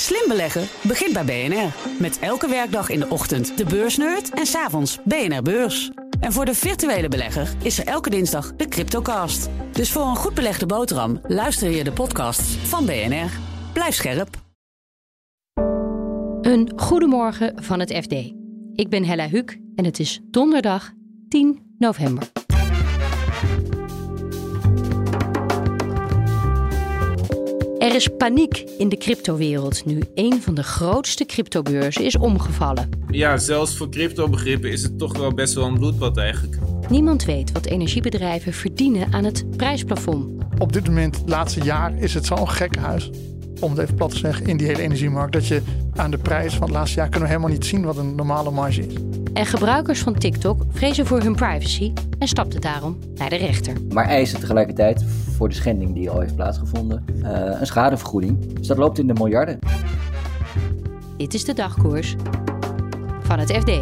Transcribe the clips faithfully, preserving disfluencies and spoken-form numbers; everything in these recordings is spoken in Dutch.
Slim beleggen begint bij B N R. Met elke werkdag in de ochtend de beursnerd en 's avonds B N R Beurs. En voor de virtuele belegger is er elke dinsdag de Cryptocast. Dus voor een goed belegde boterham luister je de podcasts van B N R. Blijf scherp. Een goedemorgen van het F D. Ik ben Hella Huuk en het is donderdag tien november. Er is paniek in de cryptowereld nu een van de grootste cryptobeurzen is omgevallen. Ja, zelfs voor cryptobegrippen is het toch wel best wel een bloedbad eigenlijk. Niemand weet wat energiebedrijven verdienen aan het prijsplafond. Op dit moment, het laatste jaar, is het zo'n gekkenhuis, om het even plat te zeggen, in die hele energiemarkt, dat je aan de prijs van het laatste jaar kunnen we helemaal niet zien wat een normale marge is. En gebruikers van TikTok vrezen voor hun privacy en stapten daarom naar de rechter. Maar eisen tegelijkertijd voor de schending die al heeft plaatsgevonden uh, een schadevergoeding. Dus dat loopt in de miljarden. Dit is de dagkoers van het F D.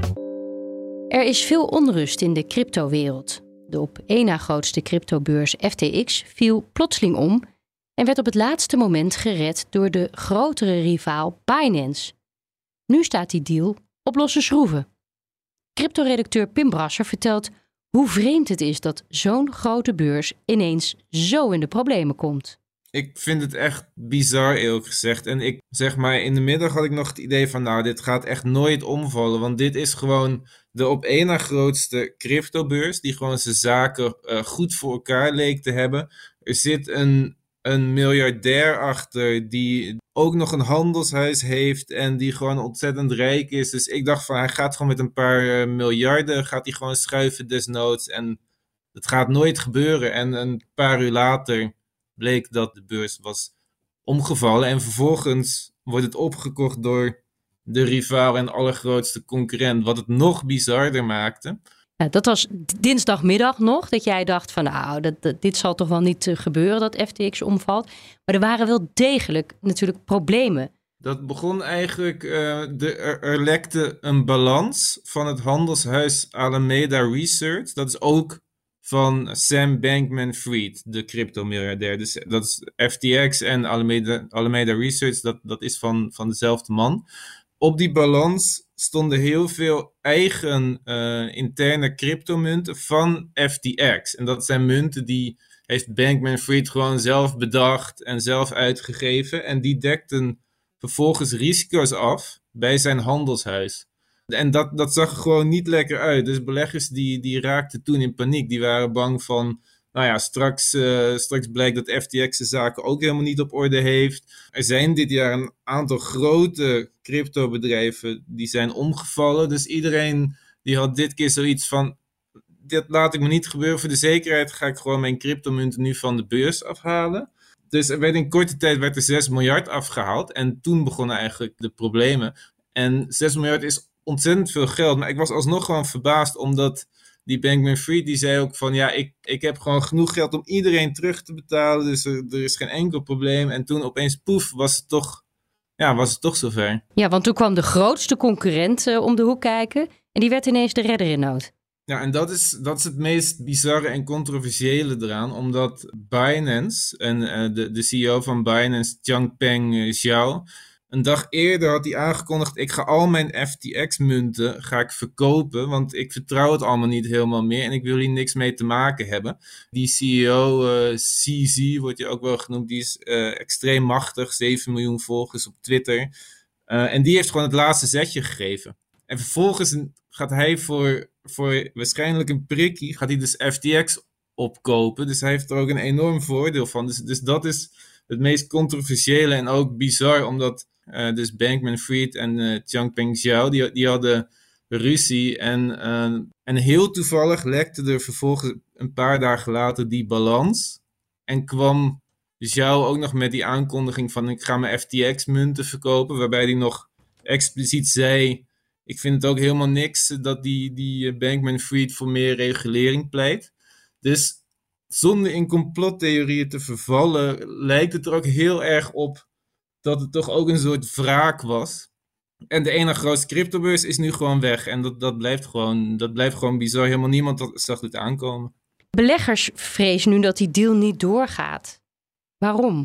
Er is veel onrust in de cryptowereld. De op één na grootste cryptobeurs F T X viel plotseling om en werd op het laatste moment gered door de grotere rivaal Binance. Nu staat die deal op losse schroeven. Cryptoredacteur Pim Brasser vertelt hoe vreemd het is dat zo'n grote beurs ineens zo in de problemen komt. Ik vind het echt bizar, eerlijk gezegd. En ik zeg maar, in de middag had ik nog het idee van, nou, dit gaat echt nooit omvallen. Want dit is gewoon de op één na grootste cryptobeurs, die gewoon zijn zaken uh, goed voor elkaar leek te hebben. Er zit een, een miljardair achter die ook nog een handelshuis heeft en die gewoon ontzettend rijk is. Dus ik dacht van, hij gaat gewoon met een paar uh, miljarden, gaat hij gewoon schuiven desnoods. En het gaat nooit gebeuren. En een paar uur later bleek dat de beurs was omgevallen. En vervolgens wordt het opgekocht door de rivaal en allergrootste concurrent, wat het nog bizarder maakte. Ja, dat was dinsdagmiddag nog, dat jij dacht van nou, dat, dat, dit zal toch wel niet uh, gebeuren dat F T X omvalt. Maar er waren wel degelijk natuurlijk problemen. Dat begon eigenlijk, uh, de, er, er lekte een balans van het handelshuis Alameda Research. Dat is ook van Sam Bankman-Fried, de cryptomiljardair. Dus dat is F T X en Alameda, Alameda Research, dat, dat is van, van dezelfde man. Op die balans stonden heel veel eigen uh, interne cryptomunten van F T X. En dat zijn munten die heeft Bankman-Fried gewoon zelf bedacht en zelf uitgegeven. En die dekten vervolgens risico's af bij zijn handelshuis. En dat, dat zag er gewoon niet lekker uit. Dus beleggers die, die raakten toen in paniek. Die waren bang van, nou ja, straks, uh, straks blijkt dat F T X de zaken ook helemaal niet op orde heeft. Er zijn dit jaar een aantal grote cryptobedrijven die zijn omgevallen. Dus iedereen die had dit keer zoiets van, dit laat ik me niet gebeuren. Voor de zekerheid ga ik gewoon mijn cryptomunten nu van de beurs afhalen. Dus er werd in korte tijd werd er zes miljard afgehaald. En toen begonnen eigenlijk de problemen. En zes miljard is ontzettend veel geld. Maar ik was alsnog gewoon verbaasd, omdat die Bankman-Fried die zei ook van, ja, ik, ik heb gewoon genoeg geld om iedereen terug te betalen. Dus er, er is geen enkel probleem. En toen opeens, poef, was het toch, ja, was het toch zover. Ja, want toen kwam de grootste concurrent uh, om de hoek kijken. En die werd ineens de redder in nood. Ja, en dat is, dat is het meest bizarre en controversiële eraan. Omdat Binance, en uh, de, de C E O van Binance, Changpeng Zhao, een dag eerder had hij aangekondigd, ik ga al mijn F T X-munten ga ik verkopen, want ik vertrouw het allemaal niet helemaal meer en ik wil hier niks mee te maken hebben. Die C E O, uh, C Z wordt hij ook wel genoemd, die is uh, extreem machtig, zeven miljoen volgers op Twitter. Uh, en die heeft gewoon het laatste zetje gegeven. En vervolgens gaat hij voor, voor waarschijnlijk een prikkie, gaat hij dus F T X opkopen. Dus hij heeft er ook een enorm voordeel van. Dus, dus dat is het meest controversiële en ook bizar, omdat Uh, dus Bankman-Fried en uh, Changpeng Zhao, die, die hadden ruzie. En, uh, en heel toevallig lekte er vervolgens een paar dagen later die balans. En kwam Zhao ook nog met die aankondiging van, ik ga mijn F T X-munten verkopen. Waarbij hij nog expliciet zei, ik vind het ook helemaal niks dat die, die Bankman-Fried voor meer regulering pleit. Dus zonder in complottheorieën te vervallen, lijkt het er ook heel erg op dat het toch ook een soort wraak was. En de ene grootste cryptobeurs is nu gewoon weg. En dat, dat, blijft gewoon, dat blijft gewoon bizar. Helemaal niemand zag dit aankomen. Beleggers vrezen nu dat die deal niet doorgaat. Waarom?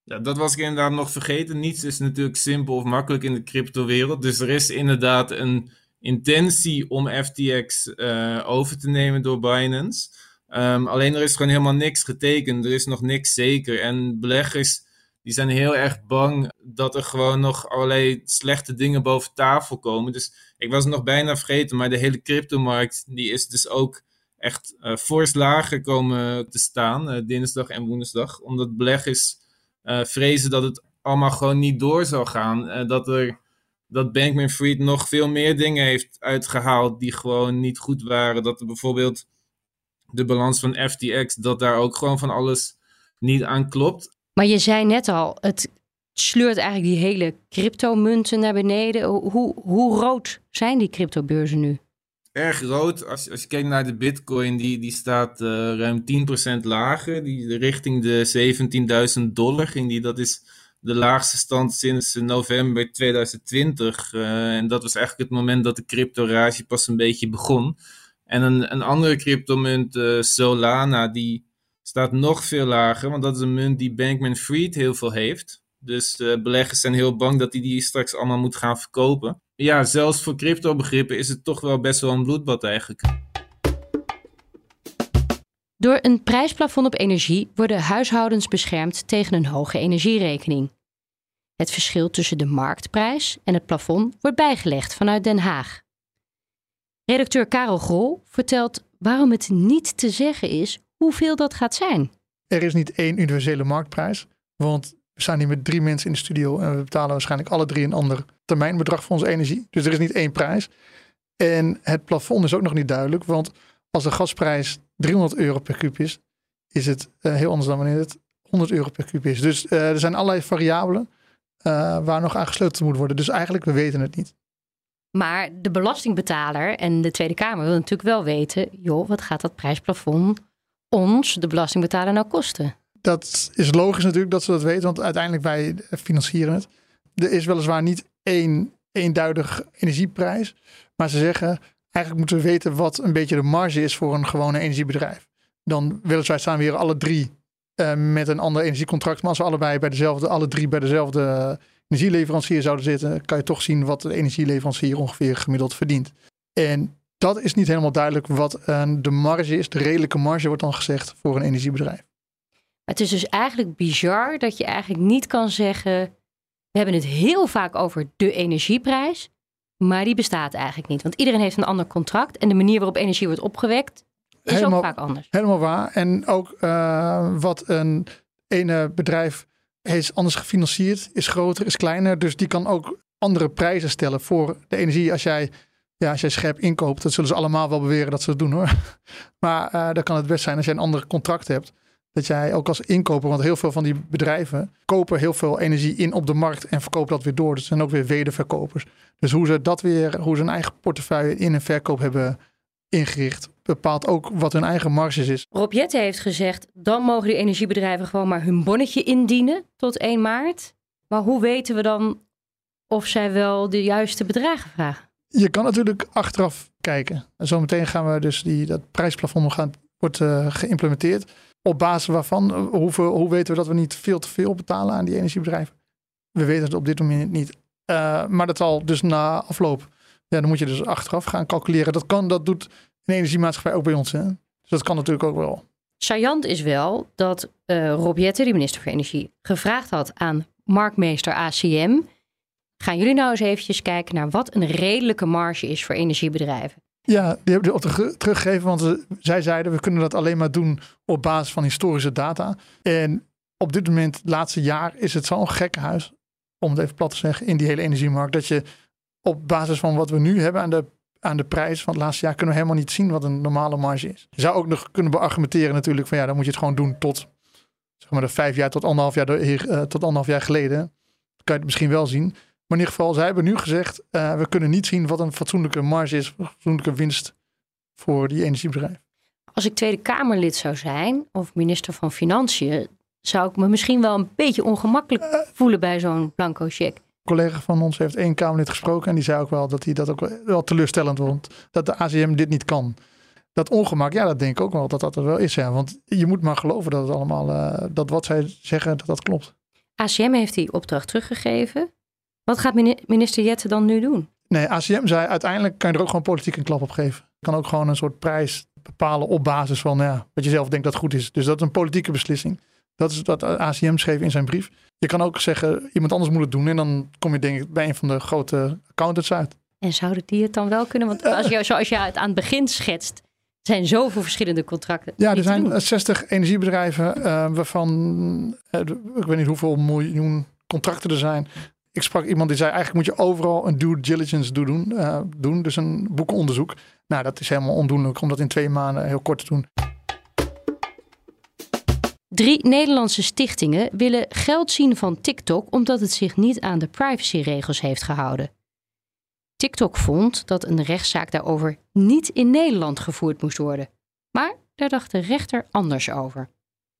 Ja, dat was ik inderdaad nog vergeten. Niets is natuurlijk simpel of makkelijk in de cryptowereld. Dus er is inderdaad een intentie om F T X uh, over te nemen door Binance. Um, alleen er is gewoon helemaal niks getekend. Er is nog niks zeker. En beleggers die zijn heel erg bang dat er gewoon nog allerlei slechte dingen boven tafel komen. Dus ik was het nog bijna vergeten, maar de hele cryptomarkt die is dus ook echt uh, fors lager komen te staan, uh, dinsdag en woensdag. Omdat beleggers uh, vrezen dat het allemaal gewoon niet door zal gaan. Uh, dat er dat Bankman-Fried nog veel meer dingen heeft uitgehaald die gewoon niet goed waren. Dat er bijvoorbeeld de balans van F T X, dat daar ook gewoon van alles niet aan klopt. Maar je zei net al, het sleurt eigenlijk die hele cryptomunten naar beneden. Hoe, hoe rood zijn die cryptobeurzen nu? Erg rood. Als, als je kijkt naar de Bitcoin, die, die staat uh, ruim tien procent lager. Die, richting de zeventienduizend dollar ging die. Dat is de laagste stand sinds november tweeduizend twintig. Uh, en dat was eigenlijk het moment dat de cryptorage pas een beetje begon. En een, een andere cryptomunt, uh, Solana, die staat nog veel lager. Want dat is een munt die Bankman-Fried heel veel heeft. Dus uh, beleggers zijn heel bang dat hij die, die straks allemaal moet gaan verkopen. Ja, zelfs voor cryptobegrippen is het toch wel best wel een bloedbad eigenlijk. Door een prijsplafond op energie worden huishoudens beschermd tegen een hoge energierekening. Het verschil tussen de marktprijs en het plafond wordt bijgelegd vanuit Den Haag. Redacteur Karel Grol vertelt waarom het niet te zeggen is hoeveel dat gaat zijn. Er is niet één universele marktprijs, want we staan hier met drie mensen in de studio en we betalen waarschijnlijk alle drie een ander termijnbedrag voor onze energie. Dus er is niet één prijs. En het plafond is ook nog niet duidelijk, want als de gasprijs driehonderd euro per kuub is, is het uh, heel anders dan wanneer het honderd euro per kuub is. Dus uh, er zijn allerlei variabelen uh, waar nog aan gesleuteld moet worden. Dus eigenlijk, we weten het niet. Maar de belastingbetaler en de Tweede Kamer wil natuurlijk wel weten, joh, wat gaat dat prijsplafond ons, de belastingbetaler, nou kosten? Dat is logisch natuurlijk dat ze dat weten, want uiteindelijk wij financieren het. Er is weliswaar niet één eenduidig energieprijs, maar ze zeggen, eigenlijk moeten we weten wat een beetje de marge is voor een gewone energiebedrijf. Dan weliswaar staan we hier alle drie uh, met een ander energiecontract, maar als we allebei bij dezelfde, alle drie bij dezelfde energieleverancier zouden zitten, kan je toch zien wat de energieleverancier ongeveer gemiddeld verdient. En dat is niet helemaal duidelijk wat uh, de marge is, de redelijke marge wordt dan gezegd voor een energiebedrijf. Het is dus eigenlijk bizar dat je eigenlijk niet kan zeggen, we hebben het heel vaak over de energieprijs, maar die bestaat eigenlijk niet. Want iedereen heeft een ander contract en de manier waarop energie wordt opgewekt is helemaal, ook vaak anders. Helemaal waar. En ook uh, wat een ene bedrijf is anders gefinancierd, is groter, is kleiner. Dus die kan ook andere prijzen stellen voor de energie. Als jij, ja, als jij scherp inkoopt, dat zullen ze allemaal wel beweren dat ze dat doen hoor. Maar uh, dan kan het best zijn als jij een ander contract hebt, dat jij ook als inkoper, want heel veel van die bedrijven kopen heel veel energie in op de markt en verkopen dat weer door. Dus zijn ook weer wederverkopers. Dus hoe ze dat weer, hoe ze hun eigen portefeuille in en verkoop hebben ingericht, bepaalt ook wat hun eigen marges is. Rob Jetten heeft gezegd, dan mogen die energiebedrijven gewoon maar hun bonnetje indienen tot één maart. Maar hoe weten we dan of zij wel de juiste bedragen vragen? Je kan natuurlijk achteraf kijken. En zometeen gaan we dus die, dat prijsplafond gaan, wordt uh, geïmplementeerd. Op basis waarvan, hoeveel, hoe weten we dat we niet veel te veel betalen aan die energiebedrijven? We weten het op dit moment niet. Uh, maar dat zal dus na afloop, ja, dan moet je dus achteraf gaan calculeren. Dat kan, dat doet een energiemaatschappij ook bij ons. Hè? Dus dat kan natuurlijk ook wel. Saillant is wel dat uh, Rob Jetten, de minister voor Energie, gevraagd had aan marktmeester A C M. Gaan jullie nou eens eventjes kijken naar wat een redelijke marge is voor energiebedrijven? Ja, die hebben op de teruggegeven, want ze, zij zeiden we kunnen dat alleen maar doen op basis van historische data. En op dit moment, het laatste jaar, is het zo'n gekkenhuis, om het even plat te zeggen, in die hele energiemarkt, dat je op basis van wat we nu hebben aan de, aan de prijs van het laatste jaar, kunnen we helemaal niet zien wat een normale marge is. Je zou ook nog kunnen beargumenteren natuurlijk van ja, dan moet je het gewoon doen tot, zeg maar, de vijf jaar tot anderhalf jaar, uh, tot anderhalf jaar geleden. Dan kan je het misschien wel zien. Maar in ieder geval, zij hebben nu gezegd, uh, we kunnen niet zien wat een fatsoenlijke marge is, een fatsoenlijke winst voor die energiebedrijf. Als ik Tweede Kamerlid zou zijn, of minister van Financiën, zou ik me misschien wel een beetje ongemakkelijk uh, voelen bij zo'n blanco cheque. Een collega van ons heeft één Kamerlid gesproken en die zei ook wel dat hij dat ook wel teleurstellend vond, dat de A C M dit niet kan. Dat ongemak, ja, dat denk ik ook wel dat dat er wel is. Ja. Want je moet maar geloven dat het allemaal, uh, dat wat zij zeggen, dat dat klopt. A C M heeft die opdracht teruggegeven. Wat gaat minister Jette dan nu doen? Nee, A C M zei uiteindelijk kan je er ook gewoon politiek een klap op geven. Je kan ook gewoon een soort prijs bepalen op basis van nou ja, wat je zelf denkt dat goed is. Dus dat is een politieke beslissing. Dat is wat A C M schreef in zijn brief. Je kan ook zeggen, iemand anders moet het doen. En dan kom je denk ik bij een van de grote accountants uit. En zouden die het dan wel kunnen? Want als je, zoals je het aan het begin schetst, er zijn zoveel verschillende contracten. Ja, er zijn zestig energiebedrijven uh, waarvan, uh, ik weet niet hoeveel miljoen contracten er zijn. Ik sprak iemand die zei, eigenlijk moet je overal een due diligence doen. Uh, doen dus een boekenonderzoek. Nou, dat is helemaal ondoenlijk om dat in twee maanden heel kort te doen. Drie Nederlandse stichtingen willen geld zien van TikTok omdat het zich niet aan de privacyregels heeft gehouden. TikTok vond dat een rechtszaak daarover niet in Nederland gevoerd moest worden. Maar daar dacht de rechter anders over.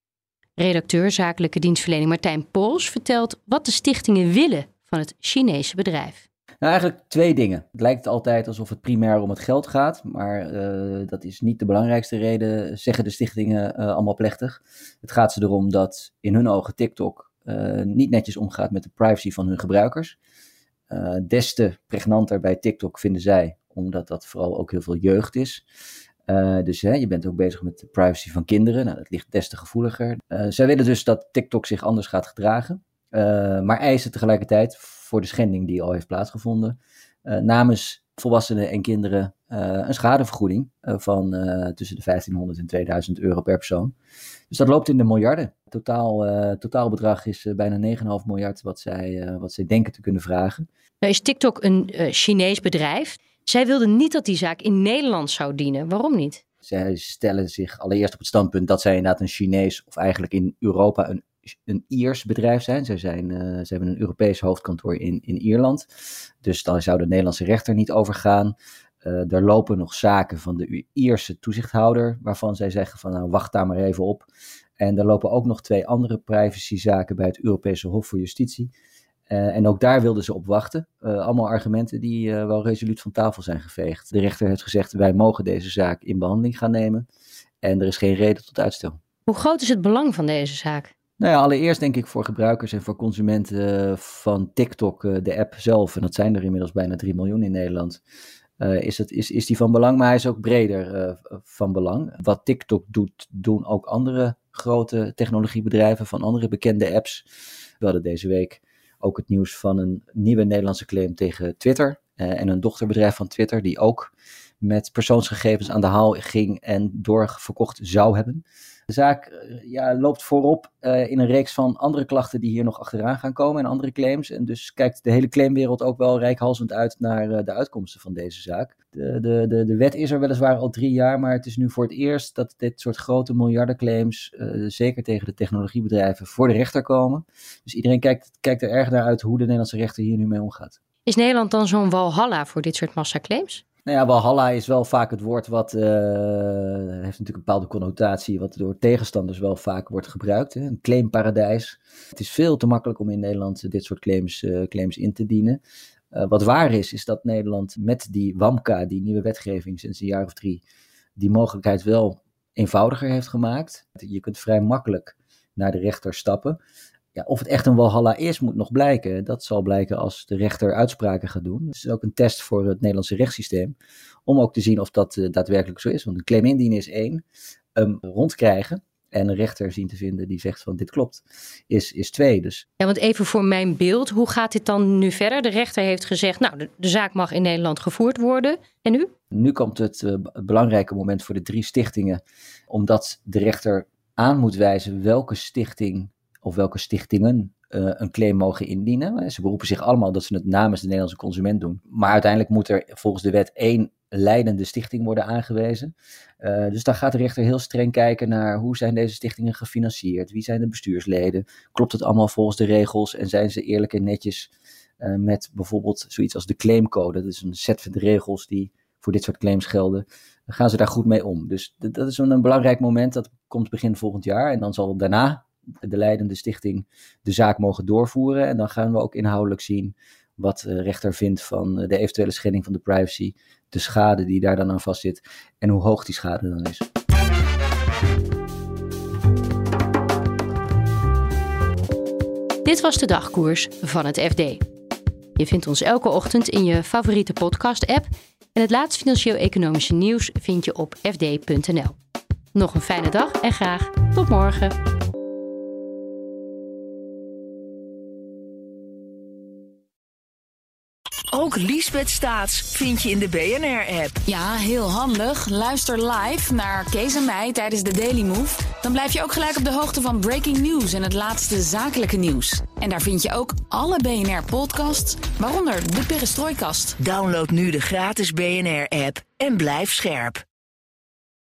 Redacteur zakelijke dienstverlening Martijn Pols vertelt wat de stichtingen willen van het Chinese bedrijf. Nou, eigenlijk twee dingen. Het lijkt altijd alsof het primair om het geld gaat, maar uh, dat is niet de belangrijkste reden, zeggen de stichtingen uh, allemaal plechtig. Het gaat ze erom dat in hun ogen TikTok uh, niet netjes omgaat met de privacy van hun gebruikers. Uh, des te pregnanter bij TikTok vinden zij, omdat dat vooral ook heel veel jeugd is. Uh, dus hè, je bent ook bezig met de privacy van kinderen. Nou, dat ligt des te gevoeliger. Uh, zij willen dus dat TikTok zich anders gaat gedragen. Uh, maar eisen tegelijkertijd voor de schending die al heeft plaatsgevonden. Uh, namens volwassenen en kinderen uh, een schadevergoeding uh, van uh, tussen de vijftienhonderd en tweeduizend euro per persoon. Dus dat loopt in de miljarden. Totaal, uh, totaalbedrag is uh, bijna negen komma vijf miljard wat zij, uh, wat zij denken te kunnen vragen. Nou is TikTok een uh, Chinees bedrijf. Zij wilden niet dat die zaak in Nederland zou dienen. Waarom niet? Zij stellen zich allereerst op het standpunt dat zij inderdaad een Chinees of eigenlijk in Europa een, een Iers bedrijf zijn. Zij, zijn uh, zij hebben een Europees hoofdkantoor in, in Ierland. Dus dan zou de Nederlandse rechter niet overgaan. Uh, er lopen nog zaken van de Ierse toezichthouder waarvan zij zeggen van nou wacht daar maar even op. En er lopen ook nog twee andere privacyzaken bij het Europese Hof voor Justitie. Uh, en ook daar wilden ze op wachten. Uh, allemaal argumenten die uh, wel resoluut van tafel zijn geveegd. De rechter heeft gezegd, wij mogen deze zaak in behandeling gaan nemen. En er is geen reden tot uitstel. Hoe groot is het belang van deze zaak? Nou ja, allereerst denk ik voor gebruikers en voor consumenten van TikTok, uh, de app zelf. En dat zijn er inmiddels bijna drie miljoen in Nederland. Uh, is, het, is, is die van belang, maar hij is ook breder uh, van belang. Wat TikTok doet, doen ook andere grote technologiebedrijven van andere bekende apps. We hadden deze week ook het nieuws van een nieuwe Nederlandse claim tegen Twitter uh, en een dochterbedrijf van Twitter die ook met persoonsgegevens aan de haal ging en doorverkocht zou hebben. De zaak uh, ja, loopt voorop uh, in een reeks van andere klachten die hier nog achteraan gaan komen en andere claims. En dus kijkt de hele claimwereld ook wel reikhalzend uit naar uh, de uitkomsten van deze zaak. De, de, de, de wet is er weliswaar al drie jaar, maar het is nu voor het eerst dat dit soort grote miljardenclaims, uh, zeker tegen de technologiebedrijven, voor de rechter komen. Dus iedereen kijkt, kijkt er erg naar uit hoe de Nederlandse rechter hier nu mee omgaat. Is Nederland dan zo'n walhalla voor dit soort massaclaims? Nou ja, walhalla is wel vaak het woord wat, uh, heeft natuurlijk een bepaalde connotatie, wat door tegenstanders wel vaak wordt gebruikt. Hè? Een claimparadijs. Het is veel te makkelijk om in Nederland dit soort claims, uh, claims in te dienen. Uh, wat waar is, is dat Nederland met die WAMKA, die nieuwe wetgeving sinds een jaar of drie, die mogelijkheid wel eenvoudiger heeft gemaakt. Je kunt vrij makkelijk naar de rechter stappen. Ja, of het echt een walhalla is, moet nog blijken. Dat zal blijken als de rechter uitspraken gaat doen. Het is ook een test voor het Nederlandse rechtssysteem. Om ook te zien of dat uh, daadwerkelijk zo is. Want een claim indienen is één. Um, rondkrijgen en een rechter zien te vinden die zegt van dit klopt, is, is twee. Dus. Ja, want even voor mijn beeld, hoe gaat dit dan nu verder? De rechter heeft gezegd, nou, de, de zaak mag in Nederland gevoerd worden. En nu? Nu komt het uh, belangrijke moment voor de drie stichtingen. Omdat de rechter aan moet wijzen welke stichting of welke stichtingen uh, een claim mogen indienen. Ze beroepen zich allemaal dat ze het namens de Nederlandse consument doen. Maar uiteindelijk moet er volgens de wet één leidende stichting worden aangewezen. Uh, dus dan gaat de rechter heel streng kijken naar hoe zijn deze stichtingen gefinancierd? Wie zijn de bestuursleden? Klopt het allemaal volgens de regels? En zijn ze eerlijk en netjes uh, met bijvoorbeeld zoiets als de claimcode? Dat is een set van de regels die voor dit soort claims gelden. Dan gaan ze daar goed mee om. Dus d- dat is een, een belangrijk moment. Dat komt begin volgend jaar. En dan zal daarna de leidende stichting de zaak mogen doorvoeren. En dan gaan we ook inhoudelijk zien wat de rechter vindt van de eventuele schending van de privacy, de schade die daar dan aan vastzit en hoe hoog die schade dan is. Dit was de dagkoers van het F D. Je vindt ons elke ochtend in je favoriete podcast-app. En het laatste financieel-economische nieuws vind je op f d punt n l. Nog een fijne dag en graag tot morgen. Ook Liesbeth Staats vind je in de B N R-app. Ja, heel handig. Luister live naar Kees en mij tijdens de Daily Move. Dan blijf je ook gelijk op de hoogte van breaking news en het laatste zakelijke nieuws. En daar vind je ook alle B N R-podcasts, waaronder de Perestrooikast. Download nu de gratis B N R-app en blijf scherp.